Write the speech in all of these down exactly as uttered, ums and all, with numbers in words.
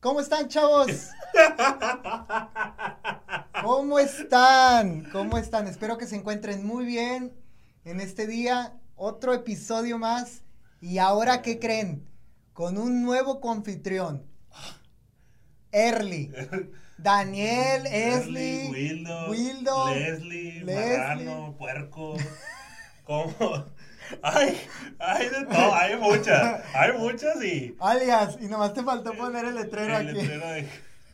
¿Cómo están, chavos? ¿Cómo están? ¿Cómo están? Espero que se encuentren muy bien en este día. Otro episodio más. Y ahora, ¿qué creen? Con un nuevo confitrión. Early. Daniel, Esli, Wildo, Wildo, Leslie, Leslie. Marrano, Puerco. ¿Cómo? Ay, hay de todo, hay muchas, hay muchas y... Alias, y nomás te faltó poner el letrero el aquí. letrero de...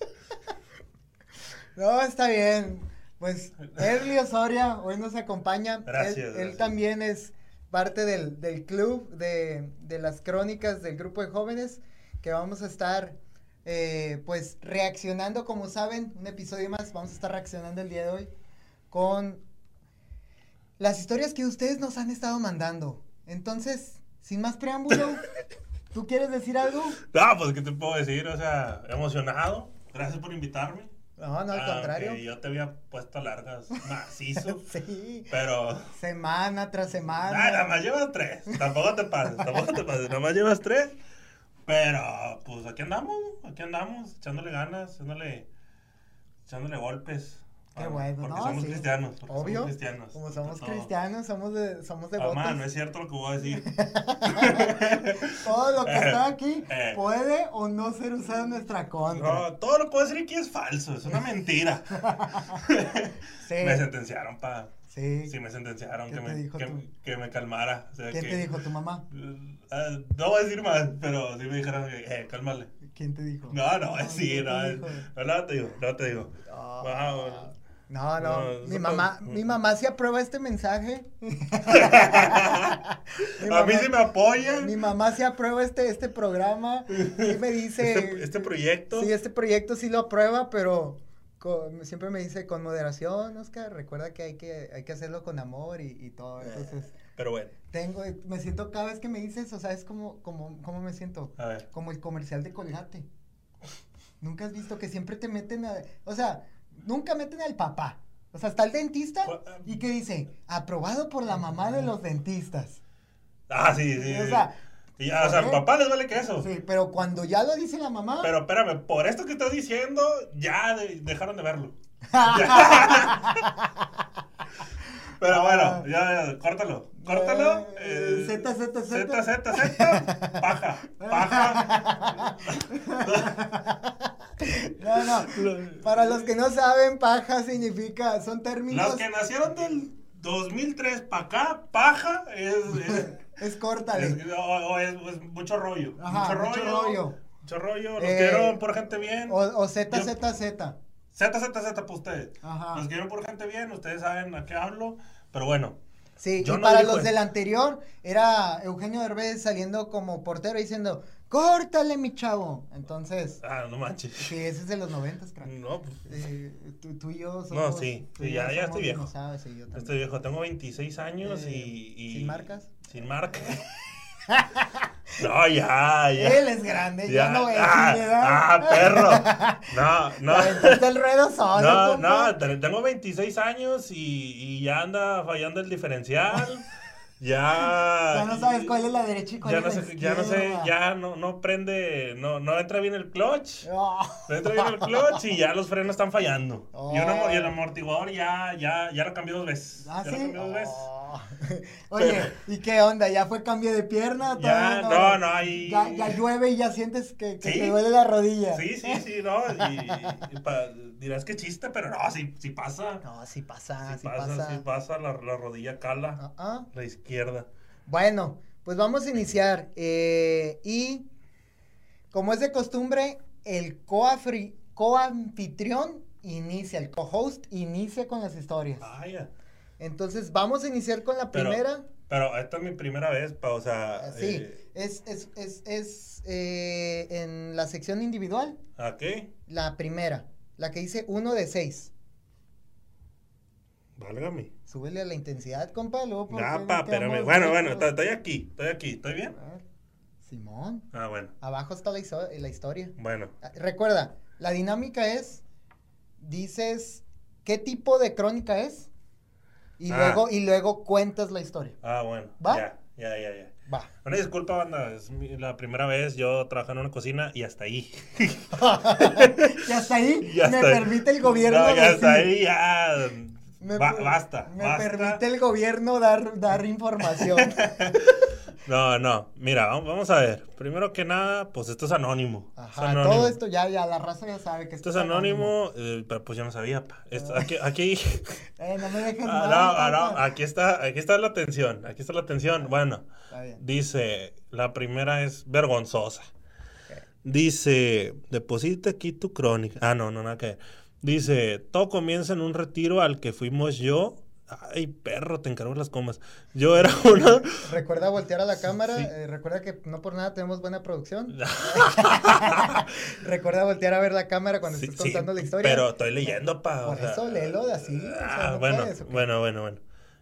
No, está bien. Pues Early Osoria hoy nos acompaña. Gracias, Él, él gracias. también es parte del, del club de, de las crónicas del grupo de jóvenes que vamos a estar eh, pues reaccionando, como saben, un episodio más. Vamos a estar reaccionando el día de hoy con las historias que ustedes nos han estado mandando. Entonces, sin más preámbulo, ¿tú quieres decir algo? No, pues, ¿qué te puedo decir? O sea, emocionado. Gracias por invitarme. No, no, al contrario. Aunque yo te había puesto largas, macizo. Sí. Pero... Semana tras semana. Ah, nada más llevas tres. Tampoco te pases, tampoco te pases. Nada más llevas tres. Pero, pues, aquí andamos, aquí andamos, echándole ganas, echándole, echándole golpes. Qué Ah, bueno, porque ¿no? somos Sí. cristianos. Porque Obvio. Somos cristianos. Como somos Todo. cristianos, somos de, somos devotos. Mamá, no es cierto lo que voy a decir. Todo lo que Eh, está aquí eh. puede o no ser usado en nuestra contra. No, todo lo que puedo decir aquí es falso, es una mentira. Sí. Me sentenciaron, pa. Sí. Sí, me sentenciaron ¿Qué que te me, dijo que, tu- que me calmara. O sea, ¿Quién que- te dijo? ¿Tu mamá? Ah, no voy a decir más, pero sí me dijeron que, eh, cálmale. ¿Quién te dijo? No, no, es sí, ¿quién no, te es- dijo? no, no te digo, no te digo. Ah, Wow. No, no, No, mi eso mamá, no- mi mamá sí aprueba este mensaje. Mi A mí mamá- sí me apoyan. Mi mamá sí aprueba este, este programa y me dice... Este, este proyecto. Sí, este proyecto sí lo aprueba, pero con- siempre me dice con moderación, Oscar, recuerda que hay que, hay que hacerlo con amor y, y todo, entonces... Pero bueno, Tengo, me siento cada vez que me dices, o sea, es como, como, ¿cómo me siento? a ver. Como el comercial de Colgate. Nunca has visto que siempre te meten a, o sea, nunca meten al papá. O sea, está el dentista y que dice, aprobado por la mamá de los dentistas. Ah, sí, sí. O sí. sea, Y ya, o sea, ¿por al qué? papá les vale queso. Sí, pero cuando ya lo dice la mamá. Pero espérame, por esto que estás diciendo, ya de- dejaron de verlo. Pero bueno, ya, ya, córtalo, córtalo. Eh, Z, Z, Z. Z, Z, Z, paja, paja. No, no. Para los que no saben, paja significa, son términos. Los que nacieron del dos mil tres para acá, paja es, es, Es córtale. es- o, o es, es mucho rollo. Ajá, mucho rollo. mucho rollo. Mucho rollo. Los Eh, quiero por gente bien. O, o Z, Yo- Z, Z. Z, Z, Z para ustedes. Ajá. Los quiero por gente bien, ustedes saben a qué hablo. Pero bueno. Sí, Yo y no para digo los eso. del anterior, era Eugenio Derbez saliendo como portero diciendo, córtale, mi chavo. Entonces, Ah, no manches. sí, ese es de los noventas, crack. No, pues. Eh, tú, tú y yo somos. No, sí, tú sí, y ya- yo ya somos estoy viejo. dinosaurios, sí, yo también. Estoy viejo, tengo veintiséis años Eh, y, y- ¿sin marcas? Sin marcas. No, ya, ya. Él es grande, ya, no voy a ah, decir mi edad. ah, perro. No, no. Te aventaste el ruedo solo, No, compa. no, te- tengo veintiséis años y, y ya anda fallando el diferencial. Ya. Ya no sabes cuál es la derecha y cuál Ya es no la sé, ya no sé, izquierda. ya no, no prende, no, no entra bien el clutch. Oh. No entra bien el clutch y ya los frenos están fallando. Oh. Y, un amor- y el amortiguador ya, ya, ya lo cambió dos veces. ¿Ah, ya sí? lo cambió dos veces. Oh. Oye, ¿y qué onda? ¿Ya fue cambio de pierna? Ya, ¿Todavía no, no, ahí- Ya, ya llueve y ya sientes que, que Sí. te duele la rodilla. Sí, sí, sí, no. Y, y pa- dirás que chiste, pero no, sí, sí pasa. No, sí pasa, Sí sí pasa, pasa. sí pasa, la, la rodilla cala, Ah, ah. la izquierda. Bueno, pues vamos a iniciar. eh, y como es de costumbre, el coafri- coanfitrión inicia, el co-host inicia con las historias. Vaya. Entonces, vamos a iniciar con la Pero- primera. Pero esta es mi primera vez, pa, o sea. Ah, sí, eh, es, es, es, es eh, en la sección individual, ¿A qué? la primera, la que dice uno de seis. Válgame. Súbele a la intensidad, compa, luego porque Nah, nos pa, quedamos espérame. Bueno, bueno, lejos. estoy estoy aquí, estoy aquí, ¿estoy bien? A ver, Simón, Ah, bueno, abajo está la, histo- la historia. bueno. Ah, Recuerda, la dinámica es, dices qué tipo de crónica es y Ah. luego y luego cuentas la historia. Ah, bueno. ¿Va? Ya, ya, ya, ya. Va. Una disculpa, banda, es mi- la primera vez yo trabajo en una cocina y hasta ahí. Y hasta ahí Y hasta me ahí. permite el gobierno No, ya hasta decir- ahí, ya. Me, Ba- basta, me basta. permite el gobierno dar, dar información. No, no, mira, vamos, vamos a ver. Primero que nada, pues esto es anónimo. Es Ajá, anónimo. todo esto ya, ya, la raza ya sabe que Esto es anónimo, eh, pero pues yo no sabía, pa. Esto- aquí, aquí, Eh, no me dejes ah, mal, no, ah, no, papá. aquí está, aquí está la atención, aquí está la atención. Bueno, Está bien. dice, la primera es vergonzosa. Ok. Dice, deposita aquí tu crónica. Ah, no, no, nada que ver. Dice, todo comienza en un retiro al que fuimos yo. Ay, perro, te encargo las comas. Yo era uno. Recuerda voltear a la cámara, Sí. eh, recuerda que no por nada tenemos buena producción. Recuerda voltear a ver la cámara cuando Sí, estés sí, contando la historia. pero estoy leyendo, pa. Por o sea, eso léelo de así. o sea, Ah, no bueno, puedes, ¿o qué? bueno, bueno, bueno.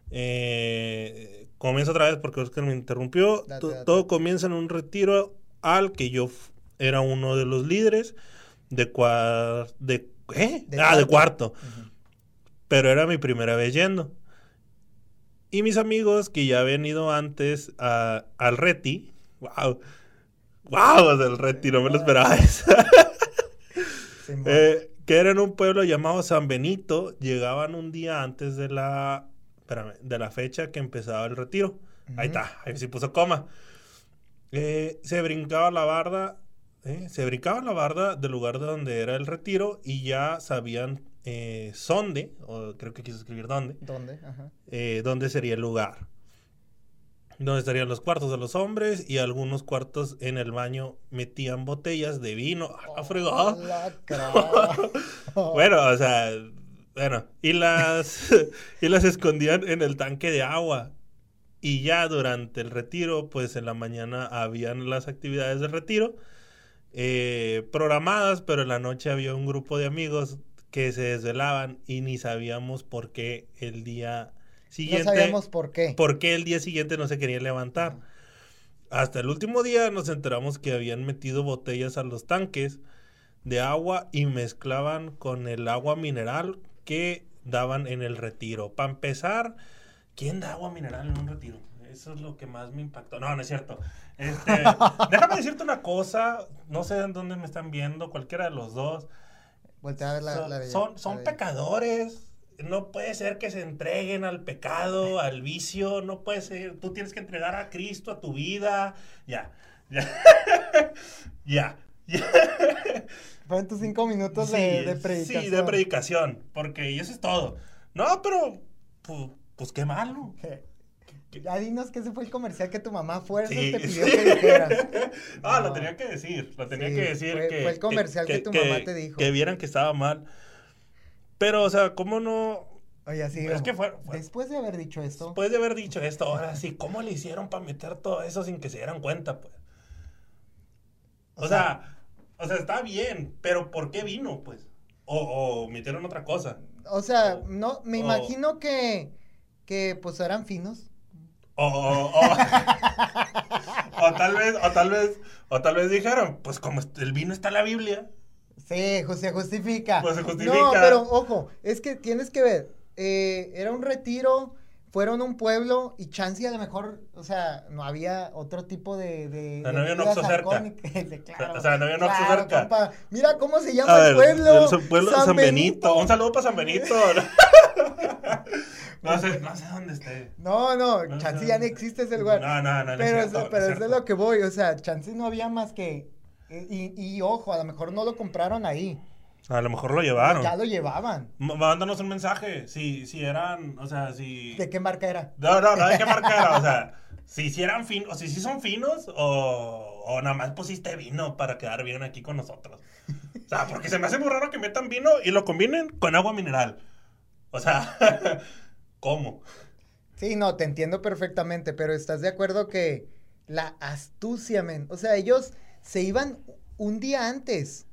Eh, comienzo otra vez porque Oscar me interrumpió. Date, To- date. Todo comienza en un retiro al que yo f- era uno de los líderes de cuarto. De, ¿eh? De ah, de cuarto. cuarto. Ujú. Pero era mi primera vez yendo. Y mis amigos que ya habían ido antes a- al Reti. ¡Wow! ¡Wow! Del Reti, no me lo esperaba eso. Simón. Eh, que era en un pueblo llamado San Benito, llegaban un día antes de la, espérame, de la fecha que empezaba el retiro. Ahí Ujú. está, ahí sí puso coma. Eh, se brincaba la barda, eh, se brincaba la barda del lugar de donde era el retiro y ya sabían eh, dónde, o creo que quiso escribir dónde, ¿Dónde? Ajá. eh, dónde sería el lugar. Donde estarían los cuartos de los hombres y algunos cuartos en el baño metían botellas de vino. ¡Ah, la fregada! Oh, la cra- Bueno, o sea, bueno, y las y las escondían en el tanque de agua. Y ya durante el retiro, pues en la mañana habían las actividades del retiro eh, programadas, pero en la noche había un grupo de amigos que se desvelaban y ni sabíamos por qué el día No siguiente, sabíamos por qué. por qué el día siguiente no se querían levantar. Hasta el último día nos enteramos que habían metido botellas a los tanques de agua y mezclaban con el agua mineral que daban en el retiro. Para empezar, ¿quién da agua mineral en un retiro? Eso es lo que más me impactó. No, no es cierto. Este, déjame decirte una cosa. No sé en dónde me están viendo, cualquiera de los dos. Voltea a ver la, son la de ella, son, la son de ella. pecadores. No puede ser que se entreguen al pecado, al vicio. No puede ser. Tú tienes que entregar a Cristo, a tu vida. Ya. Ya. Ya. Ya. Fueron tus cinco minutos Sí, de, de predicación. sí, de predicación. Porque y eso es todo. No, pero. Pues, pues qué malo. Ya dinos que ese fue el comercial que tu mamá a fuerzas Sí. te pidió que dijeras. Ah, No. lo tenía que decir. Lo tenía Sí, que decir. fue- que, fue el comercial que tu mamá te dijo. Que vieran que estaba mal. Pero, o sea, ¿cómo no? Oye, así. Es que fue- fue- Después de haber dicho esto. Después de haber dicho esto, ahora sí, ¿cómo le hicieron para meter todo eso sin que se dieran cuenta, pues? O, O sea, o sea, está bien, pero ¿por qué vino, pues? O, o metieron otra cosa. O sea, o- no, me o- imagino que, que pues eran finos. O, o, o, o tal vez, o tal vez, o tal vez dijeron, pues como el vino está en la Biblia. Sí, ju- se justifica. Pues se justifica. No, pero ojo, es que tienes que ver, eh, era un retiro, fueron a un pueblo y chance a lo mejor, o sea, no había otro tipo de... de O sea, no había un bebidas Oxxo cerca. alcohólicas. Sí, claro, O sea, no había un Oxxo claro, cerca. compa. Mira cómo se llama A el ver, pueblo. el su- pueblo San, Benito. Un saludo para San Benito. No sé, no sé dónde esté. No, no, No chance sé. ya no existe ese lugar. No, no, no, no es Pero, cierto, es, no pero es es de cierto. lo que voy, o sea, chance no había más que... Y, y ojo, a lo mejor no lo compraron ahí. A lo mejor lo llevaron. Ya lo llevaban. M- Mándanos un mensaje. Si, si eran, o sea, si. ¿De qué marca era? No, no, no hay que marcar. O sea, si, si eran finos, o si sí son finos, o, o nada más pusiste vino para quedar bien aquí con nosotros. O sea, porque se me hace muy raro que metan vino y lo combinen con agua mineral. O sea, ¿cómo? Sí, no, te entiendo perfectamente, pero ¿estás de acuerdo que la astucia, men? O sea, ellos se iban un día antes.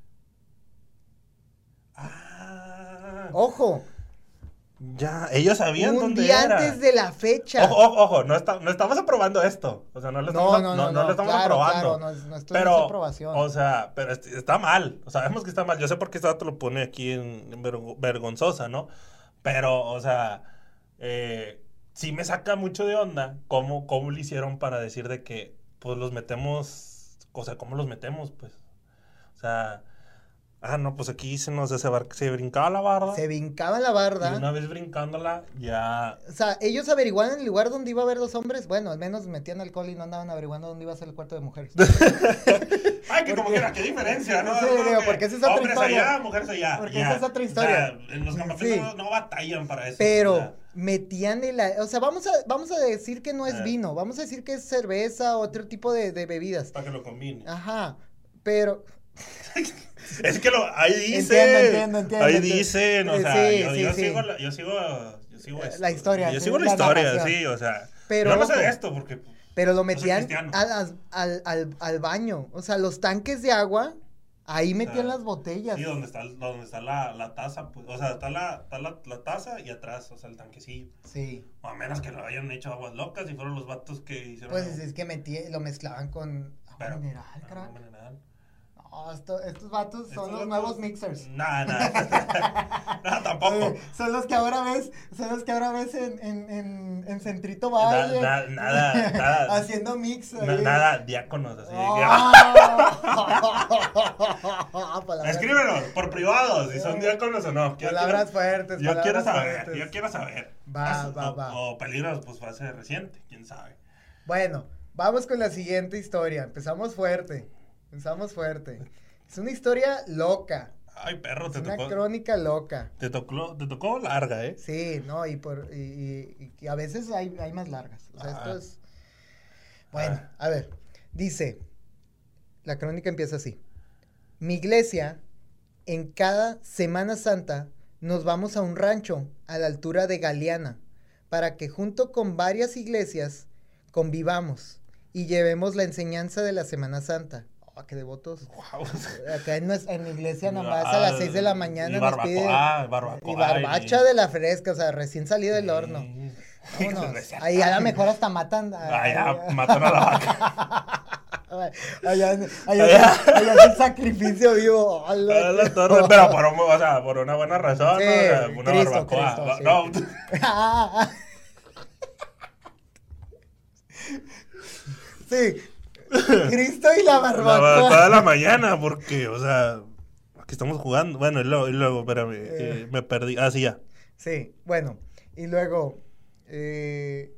Ah, Ojo, ya, ellos sabían un dónde día era. antes de la fecha. Ojo, ojo, ojo, no, está, no estamos aprobando esto. O sea, no lo estamos, No, no, no, no, no, lo estamos claro, aprobando. claro, no, es- no esto no pero, es aprobación. o sea, pero est- está mal. O sea, sabemos que está mal. Yo sé por qué este dato lo pone aquí en, en vergo- vergonzosa, ¿no? Pero, o sea, eh, sí me saca mucho de onda cómo, cómo lo hicieron para decir de que, pues, los metemos, o sea, ¿cómo los metemos, pues? O sea, ah, no, pues aquí se nos se, se brincaba la barda. Se brincaba la barda. Y una vez brincándola, ya... O sea, ellos averiguaban el lugar donde iba a haber los hombres. Bueno, al menos metían alcohol y no andaban averiguando dónde iba a ser el cuarto de mujeres. Ay, que como que era, qué diferencia, ¿no? Sí, no, digo, que porque esa es otra hombres historia. allá, mujeres allá. Porque ya. esa es otra historia. O sea, en los campamentos Sí. no, no batallan para eso. Pero o sea, metían el... O sea, vamos a, vamos a decir que no es Eh. vino. Vamos a decir que es cerveza o otro tipo de, de bebidas. para que lo combine. Ajá, pero... Es que lo, ahí dice. Entiendo, entiendo, entiendo. Ahí entiendo. dicen, o Eh, sea, sí, yo, sí, yo sí. sigo la, yo sigo, yo sigo Eh, esto. la historia, Yo sí, sigo la, la historia, narración. sí, o sea. Pero, yo no sé ojo, de esto porque. Pero lo soy metían cristiano. a las- al, al, al baño. O sea, los tanques de agua, ahí metían sea, las botellas. Sí, donde está, donde está la, la taza, pues, o sea, está la, está la, la taza y atrás, o sea, el tanquecillo. Sí. O a menos que lo hayan hecho aguas locas y fueron los vatos que hicieron. Pues algo. es que metí, lo mezclaban con agua Pero, mineral, no, crack. agua mineral. No, esto- estos vatos son Estos los vatos- nuevos mixers. Nah, nah. No, tampoco. Oye, son los que ahora ves, son los que ahora ves en, en, en, en Centrito Na- Valle. na- nada, nada. Haciendo mix. Na- ahí. nada, diáconos, así de que. Ah, palabras- Escríbenos por privado, si son diáconos o no. Quiero- Palabras quiero- fuertes. Yo quiero palabras saber, fuertes. yo quiero saber. Va, Eso, va, o, va. O peligros, pues fue hace reciente, quién sabe. Bueno, vamos con la siguiente historia. Empezamos fuerte. Empezamos fuerte. Es una historia loca. Ay, perro, Es te una tocó. crónica loca. Te tocó, te tocó larga, ¿eh? Sí, no, y por y, y- y a veces hay, hay más largas. O sea, Ah. esto es. Bueno, Ah. a ver. Dice. La crónica empieza así. Mi iglesia, en cada Semana Santa, nos vamos a un rancho a la altura de Galeana, para que junto con varias iglesias convivamos y llevemos la enseñanza de la Semana Santa. Oh, qué devotos. Wow. Acá en, nues- en la iglesia nomás a las seis de la mañana Y nos barbacoa, piden. barbacoa, Y barbacha y- de la fresca, o sea, recién salido del horno. Sí. Vámonos. Ahí a lo mejor hasta matan. a- Ah, ya, matan a la vaca. Allá, allá, allá es el sacrificio vivo. A la torre, pero por, un- o sea, por una buena razón, Sí, ¿no? O sea, una Cristo, barbacoa. Cristo, Va- sí. No, Sí, Cristo y la la barbacoa. barbacoa de la mañana, porque, o sea, aquí estamos jugando. Bueno, y luego, y luego espérame, eh, me perdí. Ah, sí, ya. Sí, bueno, y luego, eh,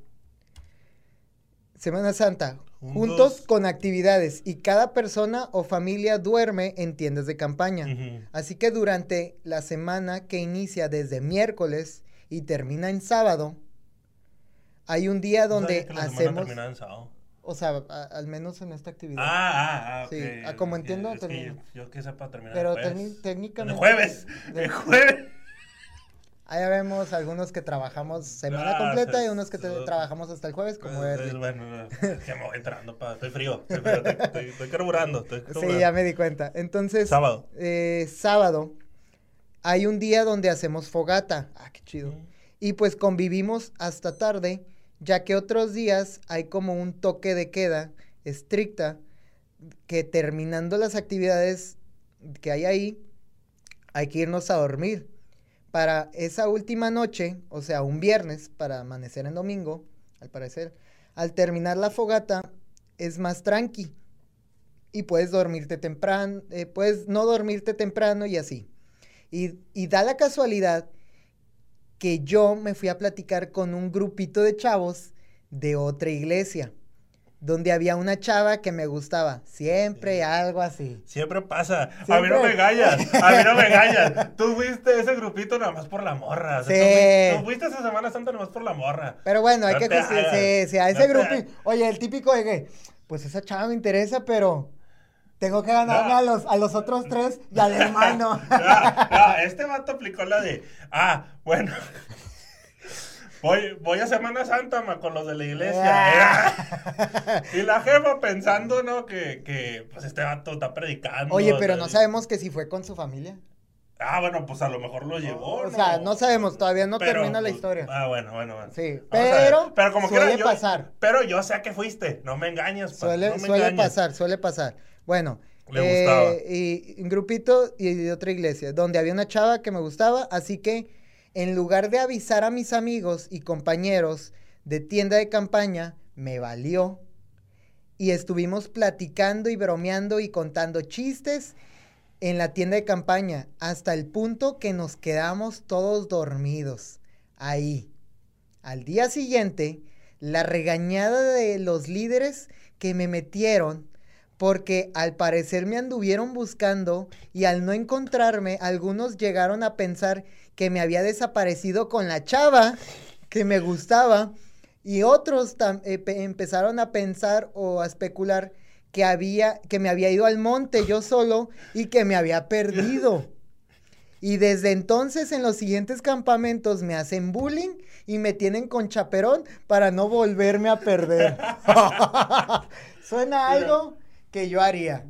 Semana Santa, Juntos. juntos con actividades y cada persona o familia duerme en tiendas de campaña. Ujú. Así que durante la semana que inicia desde miércoles y termina en sábado, hay un día No sabía donde que la semana hacemos, terminaba en sábado. o sea, a- al menos en esta actividad. Ah, ah, ah, ok. Sí, ah, como Es que- entiendo, es que termina. yo, yo que sepa terminar Pero el jueves. técni- técnicamente- El jueves. de- El jueves. Ahí vemos algunos que trabajamos semana Ah, completa pues, y unos que te- so- trabajamos hasta el jueves, como Pues, Erly. bueno, no, es que me voy entrando, pa, estoy frío. Estoy, frío, estoy, estoy- estoy carburando. Estoy Sí, carburando. ya me di cuenta. Entonces, Sábado. eh, sábado, hay un día donde hacemos fogata. Ah, qué chido. Mm. Y pues convivimos hasta tarde, ya que otros días hay como un toque de queda estricta, que terminando las actividades que hay ahí, hay que irnos a dormir. Para esa última noche, o sea, un viernes, para amanecer en domingo, al parecer, al terminar la fogata, es más tranqui. Y puedes dormirte temprano, eh, puedes no dormirte temprano y así. Y, y da la casualidad que yo me fui a platicar con un grupito de chavos de otra iglesia, donde había una chava que me gustaba, siempre Sí. algo así. Siempre pasa. A mí Siempre. no me engañas. A mí no me engañas. Tú fuiste ese grupito nada más por la morra. O sea, Sí. tú, fuiste, tú fuiste esa Semana Santa nada más por la morra. Pero bueno, hay No que te justificar, hagas. sí, sí, a No ese te grupo, hagas. oye, el típico de que, pues esa chava me interesa, pero tengo que ganarme No. a los, a los otros tres y al hermano. No, no, este vato aplicó la de, ah, bueno, voy, voy a Semana Santa, ma, con los de la iglesia. Y la jefa pensando, ¿no? Que, que, pues, este vato está predicando. Oye, pero o sea, no sabemos que si fue con su familia. Ah, bueno, pues a lo mejor lo llevó, O ¿no? sea, no sabemos, todavía no Pero, termina la pues, historia. Ah, bueno, bueno, bueno. Sí, Vamos a ver. pero pero como suele quiera, yo, pasar. Pero yo sé que fuiste, no me engañas, pa, Suele, no me suele engañas. pasar, suele pasar. Bueno, Le eh, gustaba. y un grupito y de otra iglesia, donde había una chava que me gustaba, así que en lugar de avisar a mis amigos y compañeros de tienda de campaña me valió y estuvimos platicando y bromeando y contando chistes en la tienda de campaña hasta el punto que nos quedamos todos dormidos ahí. Al día siguiente, la regañada de los líderes que me metieron porque al parecer me anduvieron buscando y al no encontrarme, algunos llegaron a pensar que me había desaparecido con la chava que me gustaba y otros tam- eh, pe- empezaron a pensar o a especular que había, que me había ido al monte yo solo y que me había perdido. Y desde entonces en los siguientes campamentos me hacen bullying y me tienen con chaperón para no volverme a perder. Suena algo que yo haría.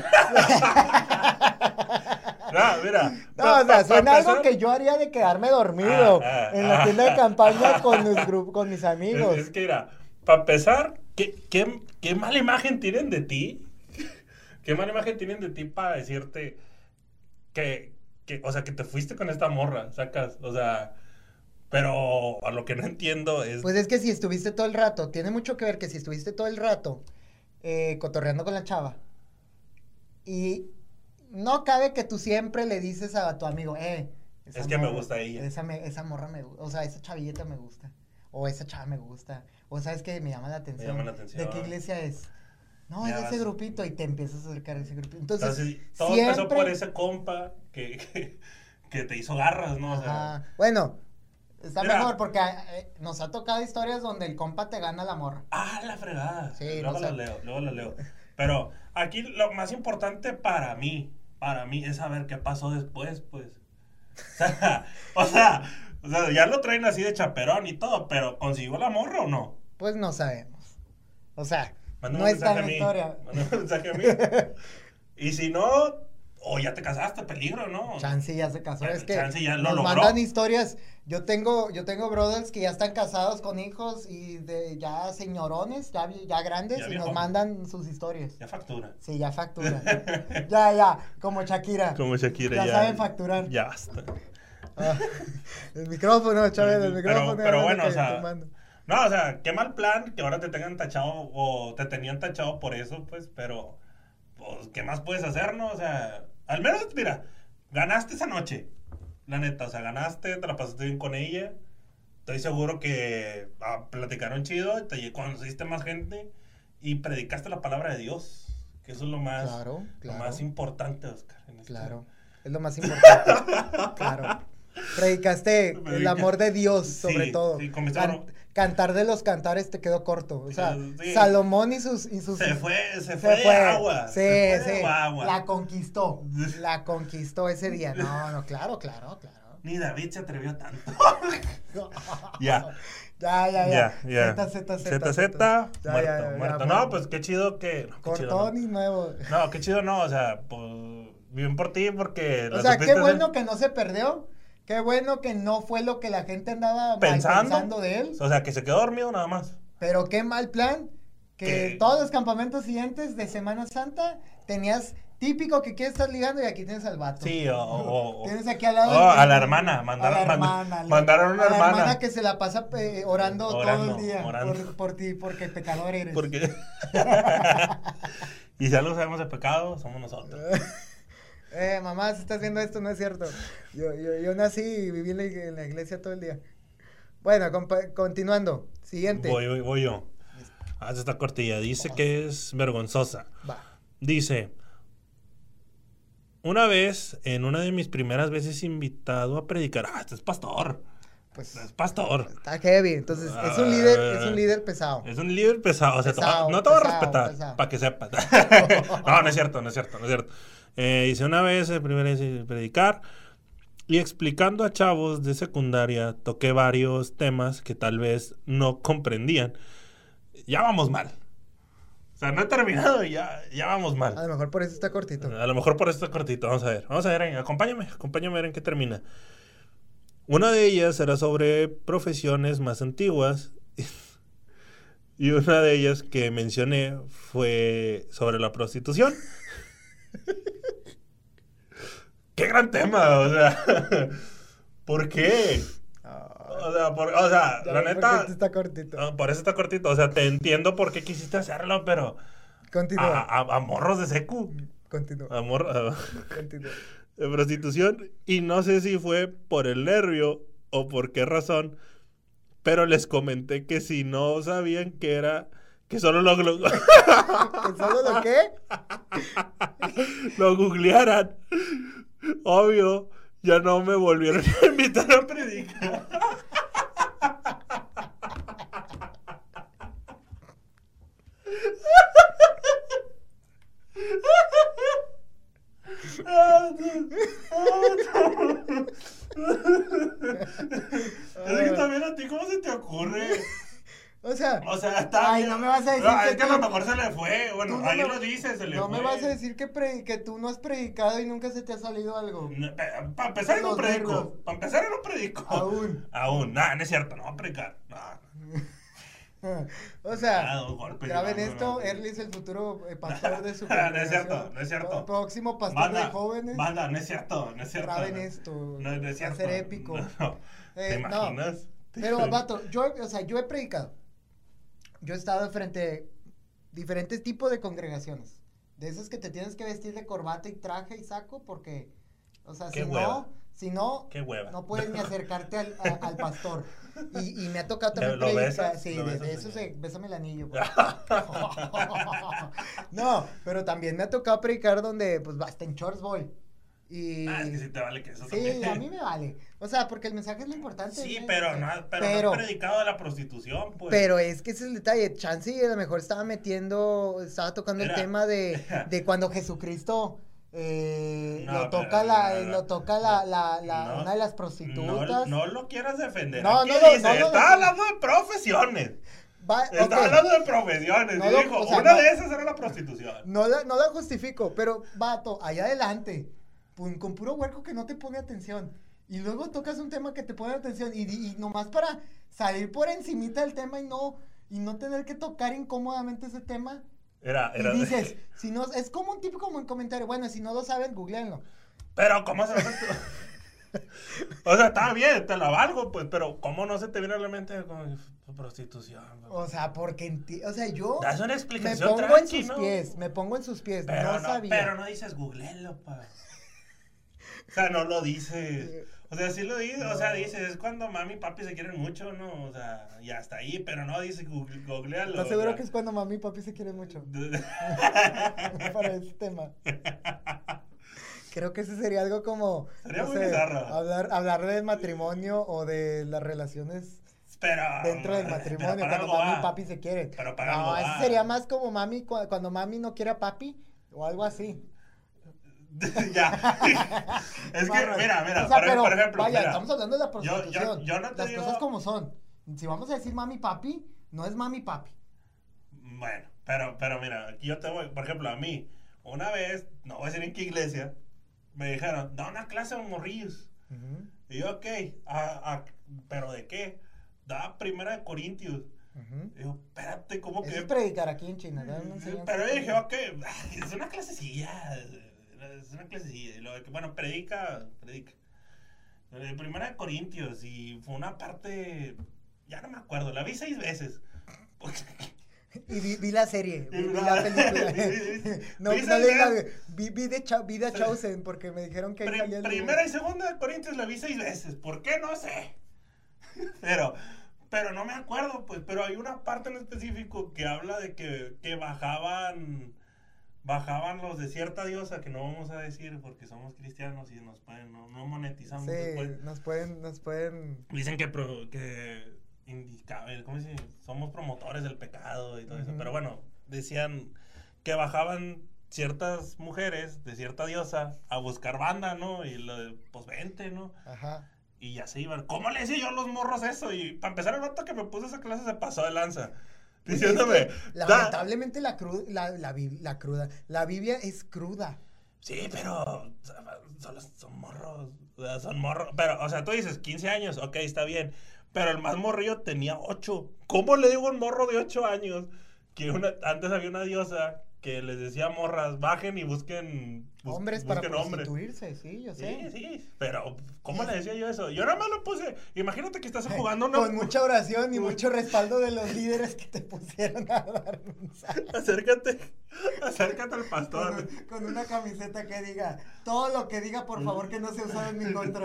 No, mira. No, pa- o sea, pa- suena pa algo empezar- que yo haría de quedarme dormido Ah, ah, en la ah. tienda de campaña con mis, gru- con mis amigos. Es, es que mira, para empezar, ¿qué, qué, qué mala imagen tienen de ti? ¿Qué mala imagen tienen de ti para decirte que, que, o sea, que te fuiste con esta morra, sacas? O sea, pero a lo que no entiendo es... Pues es que si estuviste todo el rato, tiene mucho que ver que si estuviste todo el rato eh, cotorreando con la chava y no cabe que tú siempre le dices a tu amigo, eh, esa Es que me morra- gusta ella. Esa, me- esa morra me gusta, o sea, esa chavilleta me gusta, o esa chava me gusta, o sabes que me llama la atención. llama la atención. ¿De qué iglesia es? No, Ya es de ese vas. grupito y te empiezas a acercar a ese grupito. Entonces, Entonces, todo siempre... empezó por ese compa que, que, que te hizo garras, ¿no? O sea, Ajá. Bueno, está Mira. mejor porque eh, nos ha tocado historias donde el compa te gana la morra. ah, la fregada. Sí, luego no la sé. leo, luego la leo. Pero aquí lo más importante para mí, para mí es saber qué pasó después, pues. O sea, o sea, o sea, ya lo traen así de chaperón y todo, pero ¿consiguió la morra o no? Pues no sabemos. O sea, Mándame no un está en mensaje a la mí. historia. Mándame un mensaje a mí. Y si no, o ya te casaste, peligro, ¿no? Chansey ya se casó. Bueno, Es que Chansey ya lo nos logró. mandan historias. Yo tengo, yo tengo brothers que ya están casados con hijos y de ya señorones, ya, vi- ya grandes, Ya y viejo. nos mandan sus historias. Ya factura. Sí, ya facturan. ya, ya, como Shakira. Como Shakira, Ya ya. saben facturar. Ya está. Ah, el micrófono, Chávez, el Pero- micrófono. pero era lo bueno, que o sea, tomando. No, o sea, qué mal plan que ahora te tengan tachado o te tenían tachado por eso, pues, pero, pues, ¿qué más puedes hacer, no? O sea, al menos, mira, ganaste esa noche, la neta, o sea, ganaste, te la pasaste bien con ella, estoy seguro que ah, platicaron chido, te conociste más gente y predicaste la palabra de Dios, que eso es lo más, Claro, claro. lo más importante, Oscar. En este- Claro, es lo más importante. Claro. Predicaste el Predica- amor de Dios, Sí, sobre todo. sí, con mi Can- zorro. cantar de los cantares te quedó corto. O sea, Sí. Salomón y sus, y sus Se fue, se se fue, fue. agua. Sí, se fue sí. agua. La conquistó. La conquistó ese día. No, no, claro, claro, claro. Ni David se atrevió tanto. Ya. Ya, ya, ya. Ya, ya. Z, Z, Z. Z, Z, Ya, muerto, ya, ya, muerto. ya, No, muerto. pues qué chido que. No, qué chido, Cortón no. y nuevo. No, qué chido no, o sea, pues bien por ti porque... O la sea, supiste qué hacer bueno que no se perdió. Qué bueno que no fue lo que la gente andaba mal pensando, pensando de él. O sea, que se quedó dormido nada más. Pero qué mal plan que Que- todos los campamentos siguientes de Semana Santa tenías típico que quieres estar ligando y aquí tienes al vato. Sí, o... o- o- Tienes aquí al lado. Oh, del- a la hermana, mandaron- a la mand- hermana, mandaron una a la hermana. hermana que se la pasa eh, orando, Orando, todo el día orando. Por, por ti, porque pecador eres. Porque... y si algo sabemos de pecado, somos nosotros. Eh, mamá, si estás viendo esto, no es cierto. Yo, yo, yo nací y viví en la, ig- en la iglesia todo el día. Bueno, compa- continuando. Siguiente. Voy, voy, voy yo. Haz esta cortilla. Dice que es vergonzosa. Va. Dice, una vez, en una de mis primeras veces invitado a predicar, ah, este es pastor, Pues es pastor, está heavy. Entonces, es un líder, es un líder pesado. es un líder pesado, o sea, te va- Pesado, no te voy a pesado, respetar, pesado. para que sepas. No, no es cierto, no es cierto, no es cierto. Eh, dice, una vez, en primera vez de predicar, y explicando a chavos de secundaria, toqué varios temas que tal vez no comprendían. Ya vamos mal. O sea, no he terminado y ya, ya vamos mal. A lo mejor por eso está cortito. A lo mejor por esto cortito, vamos a ver. Vamos a ver, eh, acompáñame, acompáñame a ver en qué termina. Una de ellas era sobre profesiones más antiguas. Y una de ellas que mencioné fue sobre la prostitución. ¡Qué gran tema! O sea, ¿por qué? O sea, por, o sea Ya la ves, neta... porque está cortito. No, por eso está cortito. O sea, te entiendo por qué quisiste hacerlo, pero... Continúa. A, a, a morros de secu. Continúa. A mor- a- Continúa. de prostitución. Y no sé si fue por el nervio o por qué razón, pero les comenté que si no sabían que era... Que solo lo, lo, ¿Que solo lo qué? lo googlearan. Obvio, ya no me volvieron a invitar a predicar. Es que también a ti, ¿cómo se te ocurre? O sea, O sea, está ay, bien. no me vas a decir No, que es que a tú- lo mejor se le fue. tú Bueno, no ahí me- lo dice, se le no fue. me vas a decir que, pre- que tú no has predicado y nunca se te ha salido algo. Para empezar, no Los predico. nervios. Para empezar, no predico. Aún. Aún. Nada, no es cierto. No voy a predicar. No. O sea, Ah, un golpe, graben no, no, esto, no. Erly es el futuro eh, pastor de su No es congregación. cierto, no es cierto. Próximo pastor Banda, de jóvenes. banda, no es cierto, no es cierto. Graben esto. No, no es cierto. Va a ser épico. No, no. ¿Te Eh, no. imaginas? Pero, vato, yo, o sea, yo he predicado. Yo he estado frente a diferentes tipos de congregaciones. De esas que te tienes que vestir de corbata y traje y saco porque, o sea, Qué si hueva. no, si no, Qué hueva. no puedes ni acercarte al, a- al pastor. Y, y me ha tocado también ¿Lo predicar. besas? Sí, ¿Lo de, besas, de eso señor? se, bésame el anillo. por favor. No, pero también me ha tocado predicar donde, pues, hasta en shorts voy. Y... Ah, es que sí te vale que eso Sí, también. a mí me vale. O sea, porque el mensaje es lo importante. Sí, ¿no? pero no, pero, Pero- no has predicado de la prostitución, pues. Pero es que ese es el detalle. Chance a lo mejor estaba metiendo, estaba tocando Era- el tema de, de cuando Jesucristo eh, No, lo pero- toca la, no, no, lo toca la, la, la no, una de las no, prostitutas. no lo quieras defender. No, Aquí no lo- dice, no lo está defiendo. hablando de profesiones. Va, Está ok, hablando de profesiones. No y lo- dijo, o sea, una no- de esas era la prostitución. no la, no la justifico, pero vato, allá adelante, pu- con puro huerco que no te pone atención. Y luego tocas un tema que te pone atención y, y nomás para salir por encimita del tema y no, y no tener que tocar incómodamente ese tema. Era, era. Y dices, si no, es como un tipo como en comentario, bueno, si no lo saben, googleenlo. Pero, ¿cómo se va O sea, está bien, te la valgo, pues, pero ¿cómo no se te viene a la mente con prostitución? O sea, porque, enti- o sea, yo Das una me explicación pongo en tranqui, sus ¿no? pies, me pongo en sus pies, Pero no, no, sabía. pero no dices googleenlo, pa. O sea, no lo dices. O sea, sí lo dices, o sea, dices, es cuando mami y papi se quieren mucho, ¿no? O sea, y hasta ahí, pero no dices google- googlealo. ¿Estás o seguro sea. que es cuando mami y papi se quieren mucho? Para ese tema. Creo que ese sería algo como, Sería no muy sé, bizarro. hablar, hablar del matrimonio o de las relaciones Pero. dentro del pero matrimonio, para cuando algo mami va. y papi se quieren. Pero para No, algo ese va. sería más como mami, cu- cuando mami no quiere a papi o algo así. Ya. Es que, Barras. mira, mira, O sea, por, pero, por ejemplo. vaya, mira, estamos hablando de la yo- yo- prostitución. yo no te Las digo- cosas como son. Si vamos a decir mami papi, no es mami papi. Bueno, pero, pero mira, aquí yo te voy, por ejemplo, a mí, una vez, no voy a decir en qué iglesia, me dijeron, da una clase de morrillos. Ujú, Y yo, ok, a- a- ¿pero de qué? Da primera de Corintios. ujú. Y yo, espérate, ¿cómo Eso que? es predicar aquí en China. dar una enseñanza. Pero yo dije, ok, es una clasecilla, es una clasecilla. Y luego, de que, bueno, predica, predica. Eh, Primera de Corintios, y fue una parte, ya no me acuerdo, la vi seis veces. Y vi, vi la serie, vi, Y vi la- la película. vi- vi- no, vi no seis leí la, veces. vi, vi de Cha- vi de Chosen porque me dijeron que ahí Pri- salía el- primera y segunda de Corintios la vi seis veces. ¿Por qué? No sé. Pero, pero no me acuerdo, pues. Pero hay una parte en específico que habla de que, que bajaban, bajaban los de cierta diosa, que no vamos a decir porque somos cristianos y nos pueden, no, no monetizamos. Sí, después. nos pueden, nos pueden. Dicen que, pro- que indica, ¿cómo se dice? Somos promotores del pecado y todo eso. Ujú. Pero bueno, decían que bajaban ciertas mujeres de cierta diosa a buscar banda, ¿no? Y lo de, pues vente, ¿no? Ajá. Y ya se iban. ¿Cómo le decía yo a los morros eso? Y para empezar, el vato que me puso esa clase se pasó de lanza. Diciéndome, Es que, "Da- lamentablemente la, cru- la, la, bi- la cruda, la Biblia es cruda. sí, pero solo son morros. O sea, son morros. Pero, o sea, tú dices quince años, ok, está bien. Pero el más morrillo tenía ocho. ¿Cómo le digo a un morro de ocho años que una, antes había una diosa que les decía morras, bajen y busquen bus, hombres busquen para hombres. prostituirse, sí, yo sé. Sí, sí, pero ¿cómo le decía yo eso? Yo nada más lo puse, imagínate que estás jugando una... Con mucha oración y mucho respaldo de los líderes que te pusieron a dar mensaje. Acércate, acércate al pastor. Con, con una camiseta que diga, todo lo que diga, por favor, que no sea usado en mi contra.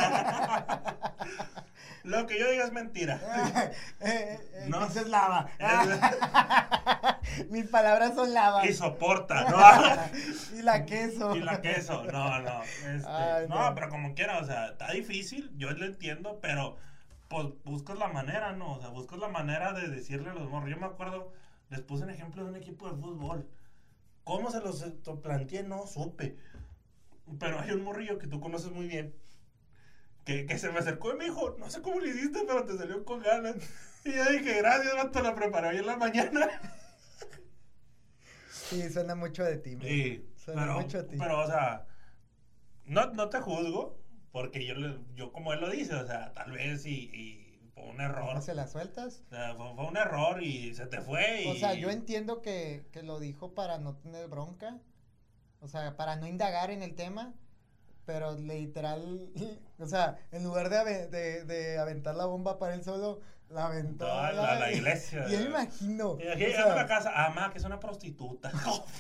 Lo que yo diga es mentira. eh, eh, No. Eso es lava. Mis palabras son lava. Y soporta, ¿no? Y la queso. Y la queso, no, no. Este, Ay, no, no. pero como quiera, o sea, está difícil, yo lo entiendo, pero pues buscas la manera, ¿no? O sea, buscas la manera de decirle a los morros. Yo me acuerdo, les puse un ejemplo de un equipo de fútbol. ¿Cómo se los planteé? No supe. Pero hay un morrillo que tú conoces muy bien. Que, que se me acercó y me dijo, no sé cómo lo hiciste, pero te salió con ganas. Y yo dije, gracias, vato, la preparé hoy en la mañana. Sí, suena mucho de ti. Sí, suena pero, mucho a ti. pero, o sea, no, no te juzgo, porque yo, le, yo como él lo dice, o sea, tal vez y, y fue un error. ¿No se la sueltas? O sea, fue, fue un error y se te fue. Y... O sea, yo entiendo que, que lo dijo para no tener bronca, o sea, para no indagar en el tema, pero literal, o sea, en lugar de, ave, de, de aventar la bomba para él solo, la aventó no, a la, la iglesia. Y yo me imagino. Y aquí llegando a la casa, ah, ma, que es una prostituta.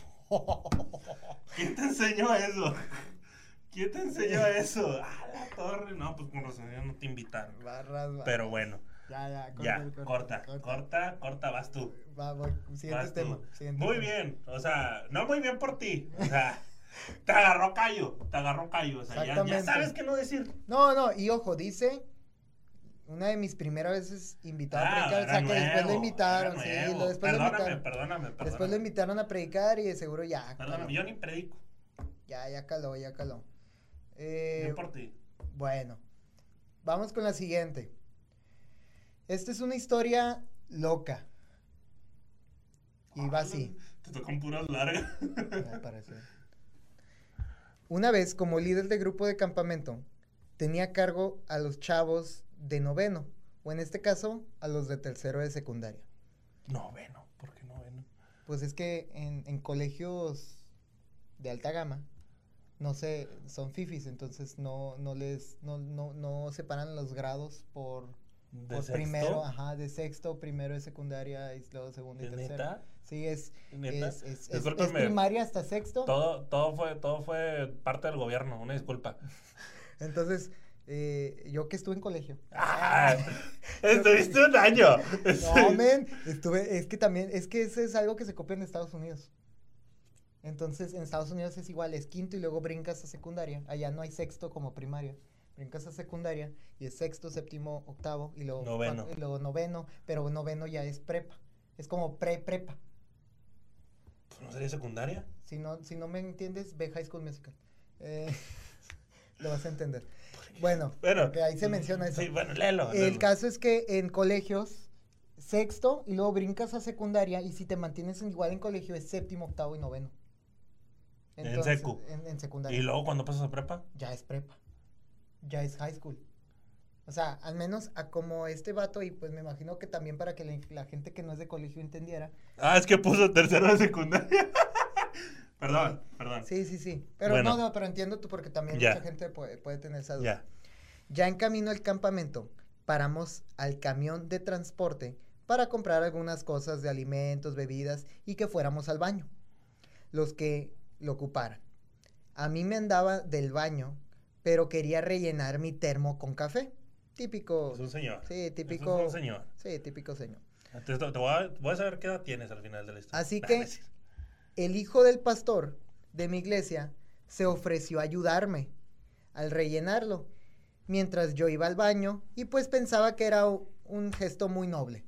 ¿Quién te enseñó eso? ¿Quién te enseñó eso? Ah, la torre. No, pues con razón no te invitaron. Barras, barras. Pero bueno. Ya, ya, corta, Ya, corta, corta, corta, corta, corta, vas tú. Va, voy, siguiente Vas tema. tú. Siguiente Muy tema. bien, o sea, no muy bien por ti. O sea, te agarró callo, te agarró callo. O sea, ya, ya sabes qué no decir. No, no, y ojo, dice, una de mis primeras veces invitado Ah, a predicar, o sea, que nuevo, después lo invitaron, sí, nuevo. lo, después perdóname, lo invitaron. perdóname, perdóname. Después lo invitaron a predicar y de seguro ya. Perdóname, caló. yo ni predico. Ya, ya caló, ya caló. Eh, Bien por ti. Bueno, vamos con la siguiente. Esta es una historia loca. Y va así. Te tocan puras largas. Me parece. Una vez, como líder de grupo de campamento, tenía a cargo a los chavos de noveno, o en este caso, a los de tercero de secundaria. Noveno, ¿por qué noveno? Pues es que en, en colegios de alta gama, no sé, son fifis, entonces no, no les, no, no, no separan los grados por, ¿De por sexto? primero, ajá, de sexto, primero de secundaria y luego segundo y ¿De tercero. neta? Sí, es, ¿Neta? es, es, es, Discúlpeme. es primaria hasta sexto. Todo, todo fue, todo fue parte del gobierno, una disculpa. Entonces, eh, yo que estuve en colegio. Ah, estuviste un año. No, men, estuve, es que también, es que eso es algo que se copia en Estados Unidos. Entonces, en Estados Unidos es igual, es quinto y luego brincas a secundaria. Allá no hay sexto como primaria. Brincas a secundaria y es sexto, séptimo, octavo y luego noveno. Y luego noveno, pero noveno ya es prepa. Es como pre-prepa. ¿No sería secundaria? Si no, si no me entiendes, ve High School Musical. Eh, lo vas a entender. Bueno, Bueno, porque ahí se menciona eso. Sí, bueno, léelo. El léelo. caso es que en colegios, sexto y luego brincas a secundaria y si te mantienes en, igual en colegio es séptimo, octavo y noveno. En secu. En, en secundaria. ¿Y luego cuando pasas a prepa? Ya es prepa. Ya es high school. O sea, al menos a como este vato y pues me imagino que también para que la, la gente que no es de colegio entendiera. Ah, es que puso tercero de secundaria. Perdón, perdón. Sí, sí, sí. Pero Bueno. no, no, pero entiendo tú porque también Ya. mucha gente puede, puede tener esa duda. Ya. Ya en camino al campamento, paramos al camión de transporte para comprar algunas cosas de alimentos, bebidas y que fuéramos al baño. Los que lo ocuparan. A mí me andaba del baño, pero quería rellenar mi termo con café. Típico. Es un señor. Sí, típico. Es un señor. Sí, típico señor. Entonces, te, te voy, a, voy a saber qué edad tienes al final de la historia. Así Nah, que no es cierto. el hijo del pastor de mi iglesia se ofreció a ayudarme al rellenarlo mientras yo iba al baño y pues pensaba que era un gesto muy noble.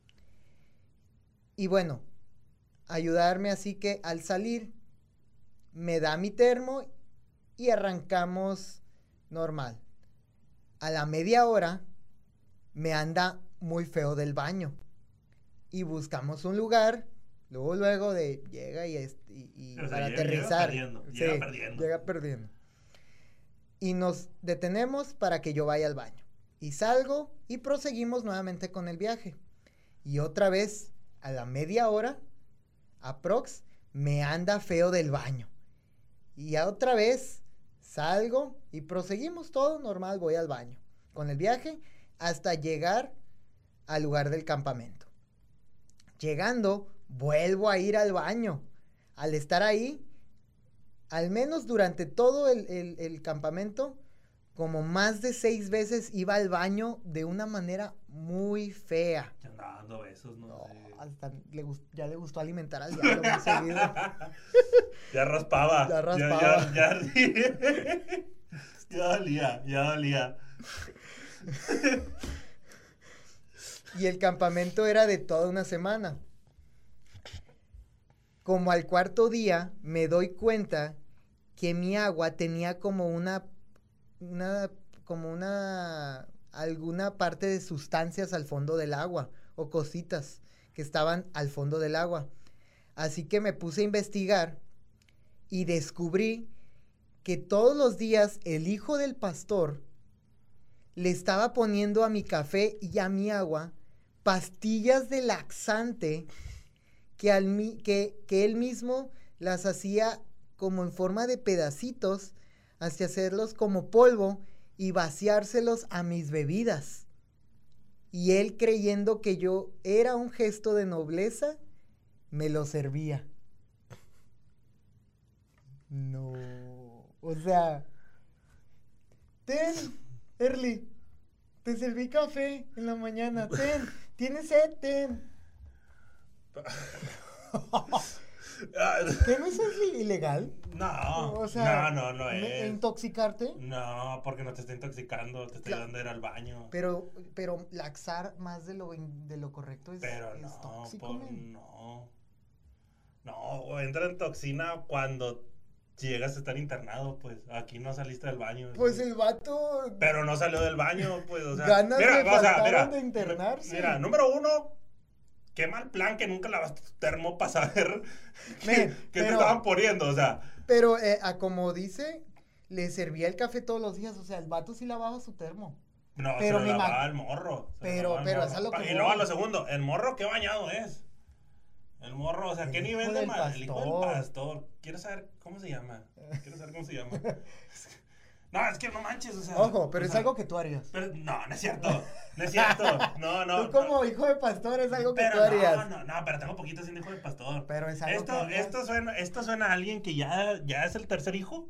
Y bueno, ayudarme, así que al salir me da mi termo y arrancamos normal. A la media hora me anda muy feo del baño y buscamos un lugar. Luego, luego de llega y, es, y, y O sea, para llega- aterrizar. llega perdiendo, Sí, llega perdiendo. llega perdiendo. Y nos detenemos para que yo vaya al baño. Y salgo y proseguimos nuevamente con el viaje. Y otra vez, a la media hora, aprox, me anda feo del baño. Y ya otra vez salgo y proseguimos todo normal, voy al baño. Con el viaje hasta llegar al lugar del campamento. Llegando, vuelvo a ir al baño. Al estar ahí, al menos durante todo el, el, el campamento, como más de seis veces iba al baño de una manera muy fea. Ya andaba dando besos, no, No, sé. hasta le gust- ya le gustó alimentar al diablo muy seguido. Ya raspaba. Ya raspaba. Ya, ya, ya, ya dolía, ya dolía. Y el campamento era de toda una semana. Como al cuarto día me doy cuenta que mi agua tenía como una, una, como una, alguna parte de sustancias al fondo del agua o cositas que estaban al fondo del agua. Así que me puse a investigar y descubrí que todos los días el hijo del pastor le estaba poniendo a mi café y a mi agua pastillas de laxante que, al mi, que, que él mismo las hacía como en forma de pedacitos hasta hacerlos como polvo y vaciárselos a mis bebidas. Y él, creyendo que yo era un gesto de nobleza, me lo servía. No, o sea, ten, Erly, te serví café en la mañana, ten, tienes sed, ten. ¿Qué no es isli- ilegal? No, O sea, no, no, no me- es. ¿intoxicarte? No, porque no te está intoxicando, te está Cla- ayudando a ir al baño. Pero, pero laxar más de lo, in- de lo correcto es, Pero es no, tóxico, por- men. no. No, entra en toxina cuando llegas a estar internado, pues. Aquí no saliste del baño. Pues ¿sí? el vato Pero no salió del baño, pues, o sea. ganas mira, le o sea, faltaron mira, de internarse. Mira, número uno, qué mal plan que nunca lavaste tu termo para saber qué, Men, qué te pero- estaban poniendo, o sea. Pero, eh, a como dice, le servía el café todos los días. O sea, el vato sí lavaba su termo. No, Pero se me lo lavaba imag- el morro. se lo Pero- lavaba el pero morro. eso es lo que Y voy. luego a lo segundo, el morro qué bañado es. El morro, o sea, El ¿qué hijo nivel de del mal? El hijo del pastor. pastor. Quiero saber cómo se llama. Quiero saber cómo se llama. No, es que no manches, o sea. Ojo, pero o es sea, algo que tú harías. pero- no, no es cierto. No es cierto. No, no. Tú como no. hijo de pastor es algo que Pero tú harías. no, no, no, pero tengo poquito siendo hijo de pastor. Pero es algo Esto, que harías. esto suena, esto suena a alguien que ya, ya es el tercer hijo.